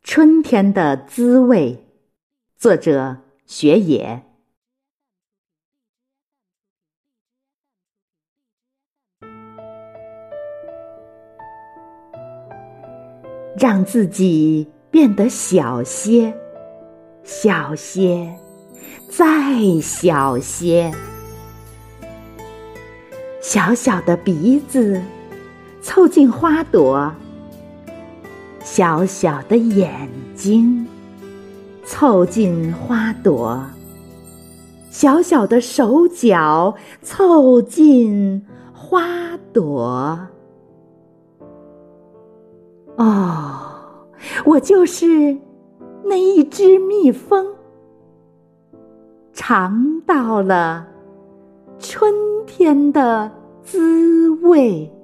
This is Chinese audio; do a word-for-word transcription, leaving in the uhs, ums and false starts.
春天的滋味，作者雪野。让自己变得小些，小些，再小些。小小的鼻子凑近花朵，小小的眼睛凑近花朵，小小的手脚凑近花朵。哦，我就是那一只蜜蜂，尝到了春天的滋味。